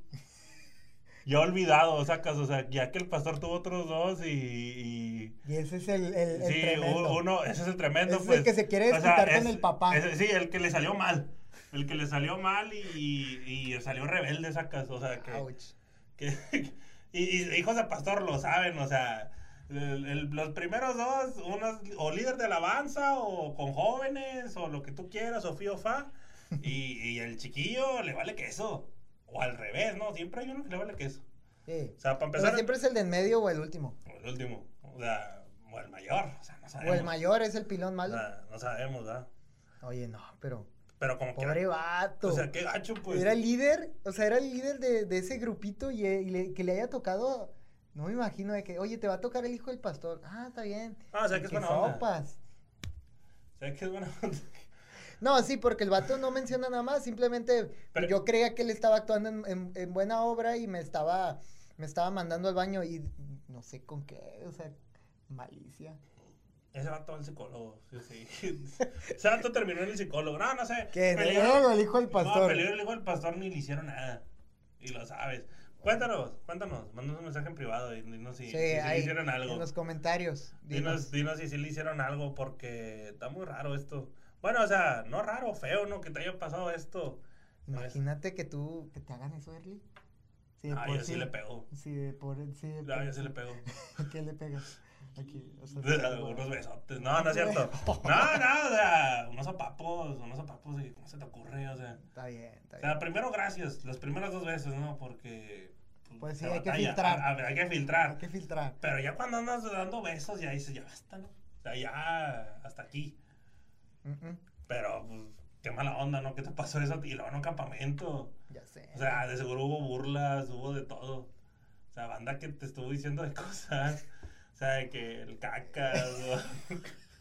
Ya olvidado, sacas, o sea, ya que el pastor tuvo otros dos y, y Y ese es el, el, el sí, tremendo. u- uno, ese es el tremendo, Ese es pues. el que se quiere o sea, desquitar con es- el papá. es- sí, el que le salió mal. El que le salió mal y, y, y salió rebelde, sacas, o sea, que, Ouch. que y, y hijos de pastor lo saben, o sea, el- el- los primeros dos, unos o líder de alabanza o con jóvenes o lo que tú quieras, o fío fa, y, y el chiquillo le vale queso, o al revés, ¿no? Siempre hay uno que le vale queso. Sí. O sea, para Pero empezar, siempre es el del medio o el último. o el último, o sea, o el mayor, o sea, no O sabemos. el mayor es el pilón O malo. sea, no sabemos, ¿verdad? Oye, no, pero Pero como que... pobre vato. O sea, qué gacho, pues. Era el líder, o sea, era el líder de, de ese grupito y, eh, y le- que le haya tocado, no me imagino de que, oye, te va a tocar el hijo del pastor. Ah, está bien. Ah, o sea, Y que es buena onda. sopas. O sea, que es buena onda. No, sí, porque el vato no menciona nada más, simplemente Pero- yo creía que él estaba actuando en, en- en buena obra y me estaba, me estaba mandando al baño y no sé con qué, o sea, malicia. Ese vato va al psicólogo, sí, sí. Ese vato terminó en el psicólogo. No, no sé. ¿Qué? Peleó- ¿Luego el hijo del No, pastor? peleó el hijo del pastor, ni le hicieron nada. Y lo sabes. Cuéntanos, cuéntanos. Mándanos un mensaje en privado y dinos si, Sí, si, si le ahí, hicieron algo. en los comentarios. Dinos, Dinos. dinos si sí le hicieron algo porque está muy raro esto. Bueno, o sea, no raro, feo, ¿no? Que te haya pasado esto. Imagínate que tú, que te hagan eso, Erly. Sí, de Ah, por yo sí le pego. Sí, de por sí. de No, por yo sí le pego. ¿Qué le pegas? Aquí, o sea, Unos besotes. No, no es cierto. No, no, o sea, unos zapapos, unos zapapos. y ¿Cómo se te ocurre? O sea, Está bien, está o bien. sea, primero gracias, las primeras dos veces, ¿no? Porque. Pues sí, se hay que batalla, filtrar. a- a- hay que filtrar. Hay que filtrar. Pero ya cuando andas dando besos, ya dices, ya basta, ¿no? O sea, ya hasta aquí. Mm, mm, Pero, pues, qué mala onda, ¿no? ¿Qué te pasó eso? Y luego en un campamento. ya sé. O sea, de seguro hubo burlas, hubo de todo. O sea, banda que te estuvo diciendo de cosas. O sea, de que el cacas. O...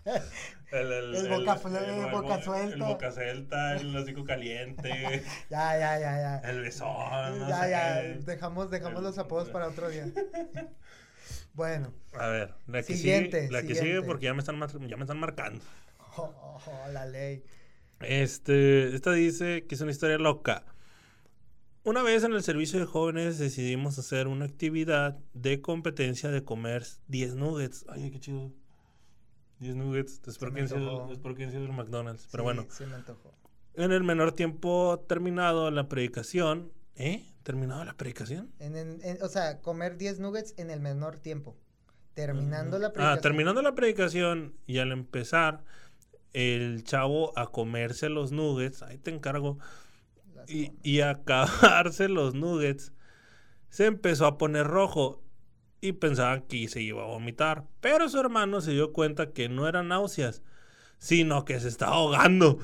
El, el, El el, boca fle- el- el el boca bo- suelta. El boca suelta, el hocico caliente, Ya, ya, ya, ya. el besón, no ya, sé. ya. Dejamos, dejamos El- los apodos para otro día. Bueno. A ver, la que Siguiente, sigue, la que siguiente. sigue porque ya me están, mar- ya me están marcando. Oh, oh, oh, la ley. Este, esta dice que es una historia loca. Una vez en el servicio de jóvenes decidimos hacer una actividad de competencia de comer diez nuggets. Ay, qué chido. diez nuggets. Espero me que han sido, antojó. espero que han sido el McDonald's. Pero Sí, bueno, sí me antojó. en el menor tiempo terminado la predicación. ¿Eh? ¿Terminado la predicación? En, en- en- o sea, comer diez nuggets en el menor tiempo. Terminando la Ah, predicación. terminando la predicación y al empezar el chavo a comerse los nuggets, ahí te encargo, Las y, come. y a acabarse los nuggets, se empezó a poner rojo y pensaban que se iba a vomitar, pero su hermano se dio cuenta que no eran náuseas, sino que se estaba ahogando.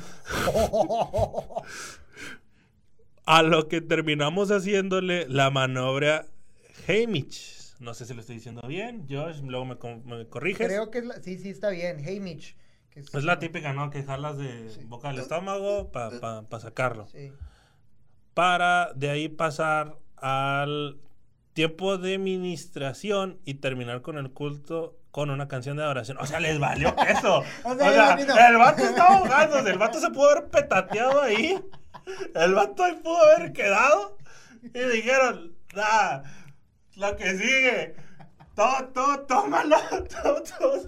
A lo que terminamos haciéndole la maniobra Heimlich. No sé si lo estoy diciendo bien, Josh, luego me, co- me corriges. Creo que es la... Sí, sí, está bien. Hey, Mitch. Que es, Es la típica, ¿no? Que jalas de Sí. boca al estómago para pa, pa sacarlo. Sí. Para de ahí pasar al tiempo de ministración y terminar con el culto con una canción de adoración. O sea, les valió eso. O O sea, sea, imagino. el vato estaba ahogándose. El vato se pudo haber petateado ahí. El vato ahí pudo haber quedado. Y dijeron, nah, lo que sigue. Todo, todo, tómalo. Todo, todo.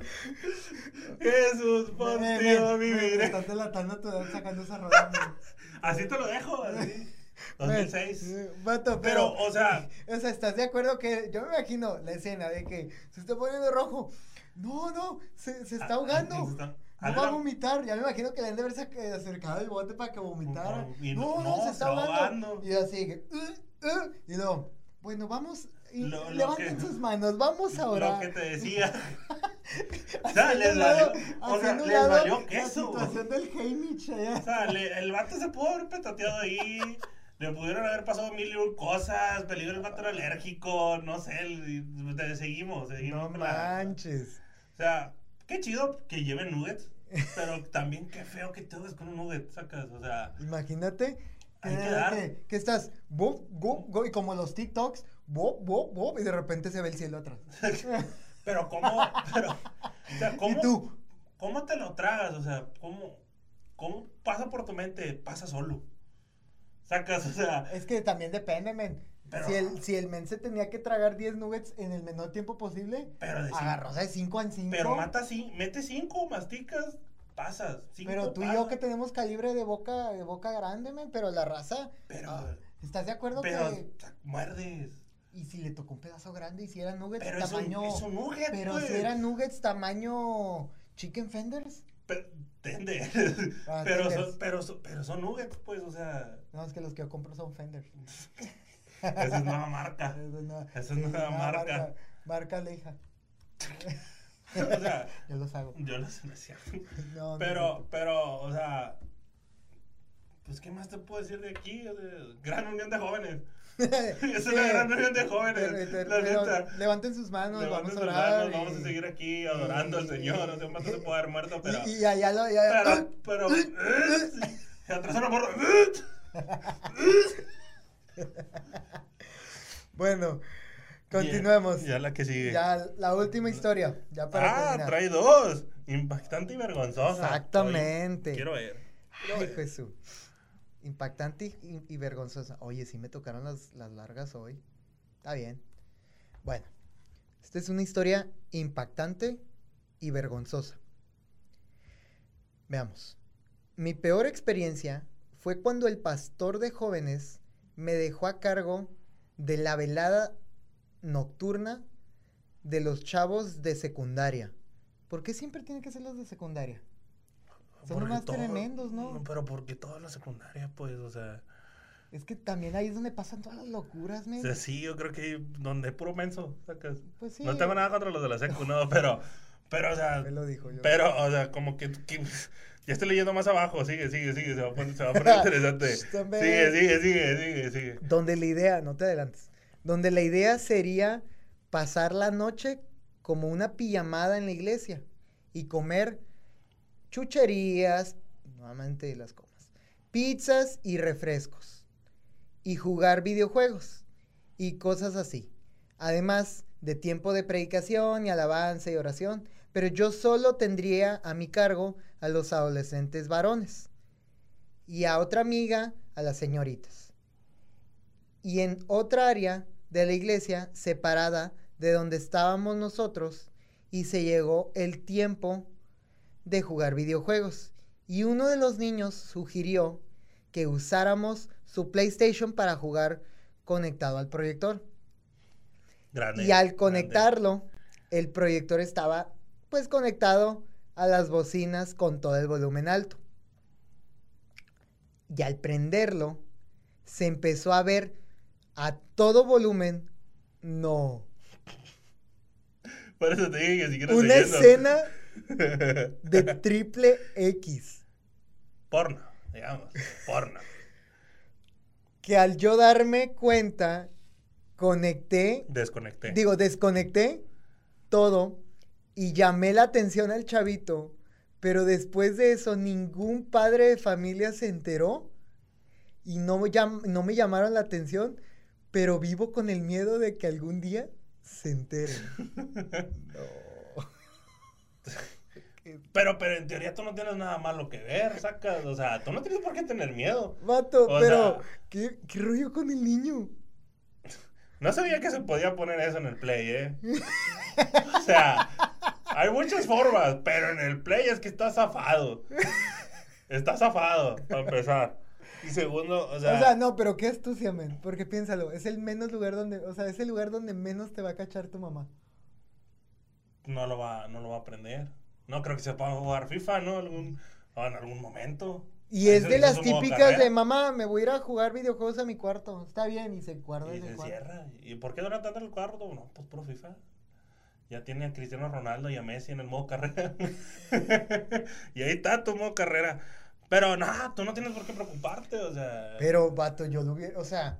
Jesús, por Eh, ti eh, va a me- me vivir. estás delatando tu edad sacando esa rola. man. Así te lo dejo, así. dos mil seis. Eh, Vato, Pero, pero, o sea, o sea, ¿estás de acuerdo que yo me imagino la escena de que se está poniendo rojo? No, no, se, se está ahogando. ah, está- No ah, va a no. vomitar. Ya me imagino que le han de haber sac- acercado el bote para que vomitara. Y No, no, no, no, se está se ahogando. ahogando. Y así que, "Uh, uh", y luego, bueno, vamos, y Lo- lo levanten que- sus manos, vamos a Lo orar. que te decía. O sea, les Haciendo un lado- valió, o sea, haciendo un les lado valió La queso. situación del Heimlich allá. O sea, le- el vato se pudo haber petateado ahí. Le pudieron haber pasado mil y un cosas. Peligro el vato era alérgico. No sé. el- te- seguimos. seguimos No con la- manches. O sea, qué chido que lleven nuggets. Pero también qué feo que te hagas con un nugget. Sacas, o sea. Imagínate que, Hay que dar. que, que estás, bo, go, go, y como los TikToks, bo, bo, bo, y de repente se ve el cielo atrás. Pero cómo. Pero, o sea, ¿cómo, Y tú, ¿cómo te lo tragas? O sea, ¿cómo, ¿cómo pasa por tu mente? Pasa solo. Sacas, o sea. es que también depende, men. Pero- si, el, si el men se tenía que tragar diez nuggets en el menor tiempo posible, Pero de cinco- agarró de cinco en cinco. Pero mata cinco, mete cinco, masticas, pasas. Cinco, Pero tú y pasas. yo que tenemos calibre de boca, de boca grande, men, pero la raza, Pero- ah, ¿estás de acuerdo Pero que, o sea, muerdes. y si le tocó un pedazo grande y si eran nuggets Pero es un, tamaño, es un nugget, pero pues. si eran nuggets tamaño chicken fenders? Pero, tende. Ah, pero, tenders. son, pero, son, pero son nuggets, pues, o sea. No, es que los que yo compro son Fender. Esa es nueva marca. Esa es nueva, Esa es nueva marca. marca. Marca Leija. O sea, Yo los hago. yo no sé, no es cierto. No, no Pero, pero, o sea. Pues, ¿qué más te puedo decir de aquí? O sea, gran unión de jóvenes. Es una gran unión de jóvenes. Pero- pero- la pero neta. levanten sus manos, Levanten vamos a sus orar. manos, y- vamos a seguir aquí adorando al y- Señor. O sea, un vato se puede haber muerto, pero. Y, y allá lo. Ya, Pero, pero. Y atrás una morra. bueno, continuemos. Ya, ya la que sigue. Ya la última historia. Ya para ah, terminar. trae dos. Impactante y vergonzosa. Exactamente. Oye, quiero ver. Quiero Ay, ver. Jesús. Impactante y, y vergonzosa. Oye, sí me tocaron las, las largas hoy. Está bien. Bueno, esta es una historia impactante y vergonzosa. Veamos. Mi peor experiencia fue cuando el pastor de jóvenes me dejó a cargo de la velada nocturna de los chavos de secundaria. ¿Por qué siempre tienen que ser los de secundaria? Son los Porque más todo- tremendos, ¿no? Pero porque toda la secundaria, pues, o sea. Es que también ahí es donde pasan todas las locuras, O men. sea, sí, yo creo que donde es puro menso, sacas. Pues sí. No tengo nada contra los de la secu, no, pero. Pero, o sea. Me lo dijo yo. Pero, o sea, como que, que- ya estoy leyendo más abajo. Sigue, sigue, sigue. Se va a poner, se va a poner interesante. También. Sigue, sigue, sigue, sigue, sigue. Donde la idea, no te adelantes, donde la idea sería pasar la noche como una pijamada en la iglesia y comer chucherías, no amante de las comas, pizzas y refrescos, y jugar videojuegos, y cosas así. Además de tiempo de predicación y alabanza y oración, pero yo solo tendría a mi cargo a los adolescentes varones, y a otra amiga a las señoritas. Y en otra área de la iglesia, separada de donde estábamos nosotros, y se llegó el tiempo de jugar videojuegos. Y uno de los niños sugirió que usáramos su PlayStation para jugar conectado al proyector. Grande, y al conectarlo, grande. El proyector estaba pues conectado a las bocinas con todo el volumen alto. Y al prenderlo, se empezó a ver a todo volumen, no. Por eso te dije que si quieres Una siguiendo. escena de triple X. Porno, digamos, porno. Que al yo darme cuenta, conecté, Desconecté. digo, desconecté todo y llamé la atención al chavito, pero después de eso ningún padre de familia se enteró y no, llam- no me llamaron la atención, pero vivo con el miedo de que algún día se enteren. No. Pero, pero en teoría tú no tienes nada malo que ver, sacas, o sea, tú no tienes por qué tener miedo. Vato, O pero sea- ¿qué, ¿qué rollo con el niño? No sabía que se podía poner eso en el Play, ¿eh? O sea, hay muchas formas, pero en el Play es que está zafado. Está zafado, para empezar. Y segundo, o sea... O sea, no, pero qué astucia, men, porque piénsalo, es el menos lugar donde, o sea, es el lugar donde menos te va a cachar tu mamá. no lo va, no lo va a aprender. No creo que se pueda jugar FIFA, ¿no? Algún, o en algún momento. Y Ahí es se de hizo las su modo típicas carrera. de mamá, me voy a ir a jugar videojuegos a mi cuarto. Está bien, y se guarda Y en el se cuarto. cierra. ¿Y por qué dura tanto el cuarto? No, pues puro FIFA. Ya tiene a Cristiano Ronaldo y a Messi en el modo carrera. Y ahí está tu modo carrera. Pero nada, tú no tienes por qué preocuparte, o sea. Pero, vato, yo lo hubiera, o sea.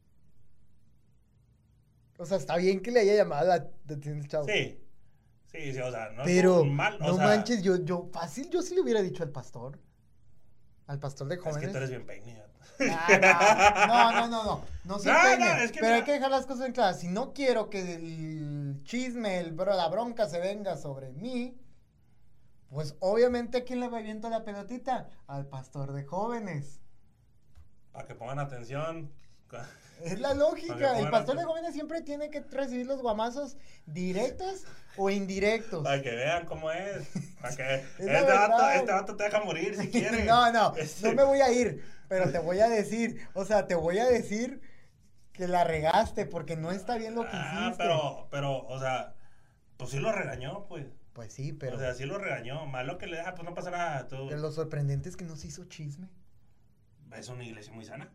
O sea, está bien que le haya llamado la atención al chavo. Sí. Sí, sí, o sea, no Pero, es mal. O no sea, manches, yo, yo, fácil, yo sí le hubiera dicho al pastor. Al pastor de Es jóvenes. que tú eres bien peine. Ah, no, no, no, no, no soy No, peine, no, es que pero mira- hay que dejar las cosas en claras. Si no quiero que el chisme, el bro, la bronca se venga sobre mí, pues obviamente ¿a quién le aviento la pelotita? Al pastor de jóvenes. Para que pongan atención. Es la Para que lógica. El pongan pastor de atención. jóvenes siempre tiene que recibir los guamazos directos o indirectos. Para que vean cómo es. Para que Es este la vato, verdad. este vato te deja morir si quiere. No, no, Este- no me voy a ir, pero te voy a decir, o sea, te voy a decir que la regaste porque no está bien lo que Ah, hiciste. pero, pero, o sea, pues sí lo regañó, pues. Pues sí, pero, O sea, sí lo regañó. Malo que le da, pues no pasa nada. Tú... pero lo sorprendente es que no se hizo chisme. Es una iglesia muy sana.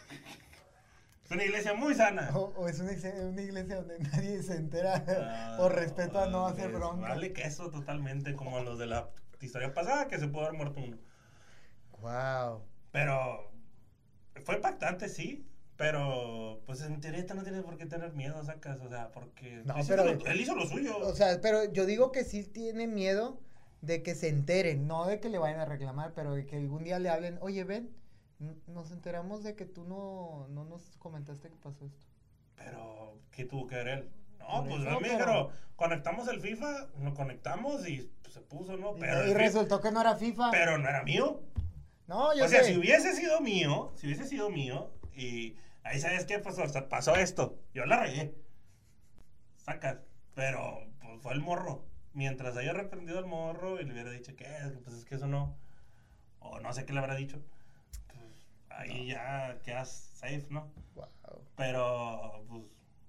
Es una iglesia muy sana. O, o es una, iglesia- una iglesia donde nadie se entera Ah, o respeta no hacer es- bronca. Vale queso totalmente, como los de la historia pasada, que se pudo haber muerto uno. Wow. Pero fue impactante, sí. Pero, pues en teoría tú no tienes por qué tener miedo, sacas. O sea, porque No, él, hizo pero- lo, él hizo lo suyo. O sea, pero yo digo que sí tiene miedo de que se enteren, no de que le vayan a reclamar, pero de que algún día le hablen, oye, ven, n- nos enteramos de que tú no, no nos comentaste que pasó esto. Pero, ¿qué tuvo que ver él? No, Por pues eso, a mí, pero- pero conectamos el FIFA, lo conectamos y pues, se puso, ¿no? Y- Pero, y el fi- resultó que no era FIFA. pero no era mío. No, yo O sea, sé. si hubiese sido mío, si hubiese sido mío, y ahí sabes qué, pues o sea, pasó esto, yo la regué. Sacas. Pero, pues fue el morro. Mientras haya reprendido al morro y le hubiera dicho que, pues es que eso no, o no sé qué le habrá dicho, pues ahí ya quedas safe, ¿no? Wow. Pero, pues,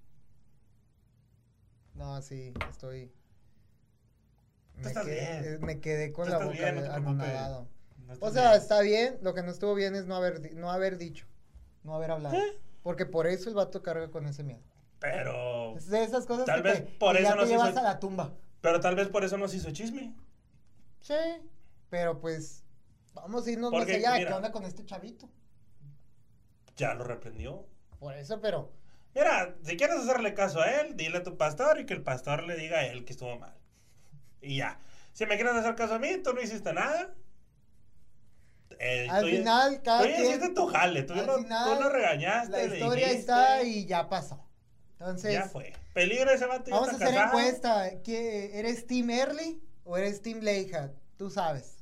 No, sí, estoy. Tú Me estás quedé, bien. eh, me quedé con Tú la estás boca bien, no te preocupes. anonadado. no estás O sea, bien. está bien, lo que no estuvo bien es no haber, di- no haber dicho, no haber hablado. ¿Eh? Porque por eso el vato carga con ese miedo. Pero, Es de esas cosas Tal que, vez te, por que eso ya no te se llevas hizo- a la tumba. pero tal vez por eso nos hizo chisme. Sí, pero pues vamos a irnos Porque, más allá. mira. ¿Qué onda con este chavito? Ya lo reprendió. Por eso, pero Mira, si quieres hacerle caso a él, dile a tu pastor y que el pastor le diga a él que estuvo mal. Y ya. Si me quieres hacer caso a mí, tú no hiciste nada. Eh, al tú final, ya, cada tú ya quien... hiciste tu jale, tú, al no, final, tú no regañaste. La le historia dijiste, está y ya pasó. Entonces... Ya fue. Peligro ese vato ya Vamos a está hacer casado. encuesta. ¿Qué, ¿Eres Team Early o eres Team Leija? Tú sabes.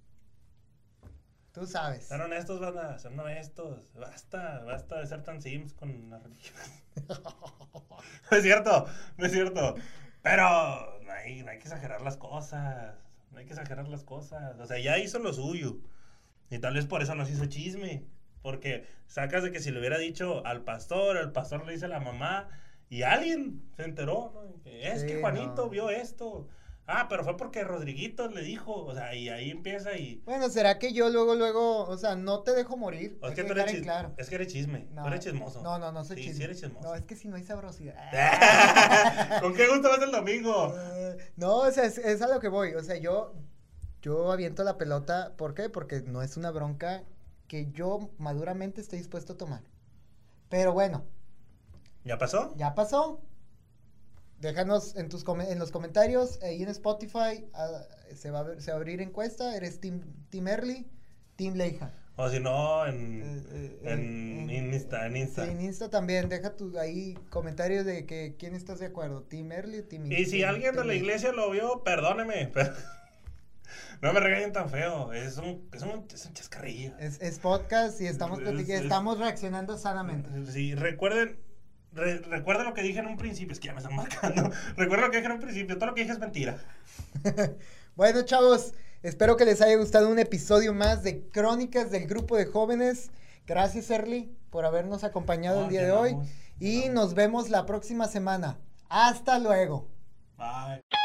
Tú sabes. Sean honestos, banda, sean honestos. Basta, basta de ser tan sims con la religión. No es cierto, no es cierto. Pero no hay, no hay que exagerar las cosas. No hay que exagerar las cosas. O sea, ya hizo lo suyo. Y tal vez por eso nos hizo chisme. Porque sacas de que si le hubiera dicho al pastor, el pastor le dice a la mamá, y alguien se enteró, ¿no? Que es Sí, que Juanito no. vio esto. Ah, pero fue porque Rodriguito le dijo. O sea, y ahí empieza y... Bueno, ¿será que yo luego, luego, o sea, no te dejo morir? O Hay es que, que tú eres dejar en chis- claro. es que eres chisme, No, tú eres chismoso. No, no, no soy sí, chisme. Sí, eres chismoso. No, es que si no hay sabricidad. ¿Con qué gusto vas el domingo? Eh, no, o sea, es, es a lo que voy. O sea, yo, yo aviento la pelota. ¿Por qué? Porque no es una bronca que yo maduramente estoy dispuesto a tomar. Pero bueno, ¿Ya pasó? ya pasó. Déjanos en tus come- en los comentarios, ahí en Spotify, ah, se, va a ver- se va a abrir encuesta. ¿Eres Team, team Early? Team Leija. O si no, Eh, en, eh, en, en- Insta, en Insta. Sí, en Insta también. Deja tu, ahí comentarios de que quién estás de acuerdo. ¿Team Early o Team Y si alguien de la iglesia lo vio, perdóneme. Pero no me regañen tan feo. Es un, es un, es un chascarrillo. Es, es podcast y estamos, Es- platic- es- estamos reaccionando sanamente. Sí, recuerden, re- recuerden lo que dije en un principio. Es que ya me están marcando. Recuerden lo que dije en un principio. Todo lo que dije es mentira. Bueno, chavos, espero que les haya gustado un episodio más de Crónicas del Grupo de Jóvenes. Gracias, Early, por habernos acompañado No, el día ya de hoy. vamos, ya Y vamos. nos vemos la próxima semana. Hasta luego. Bye.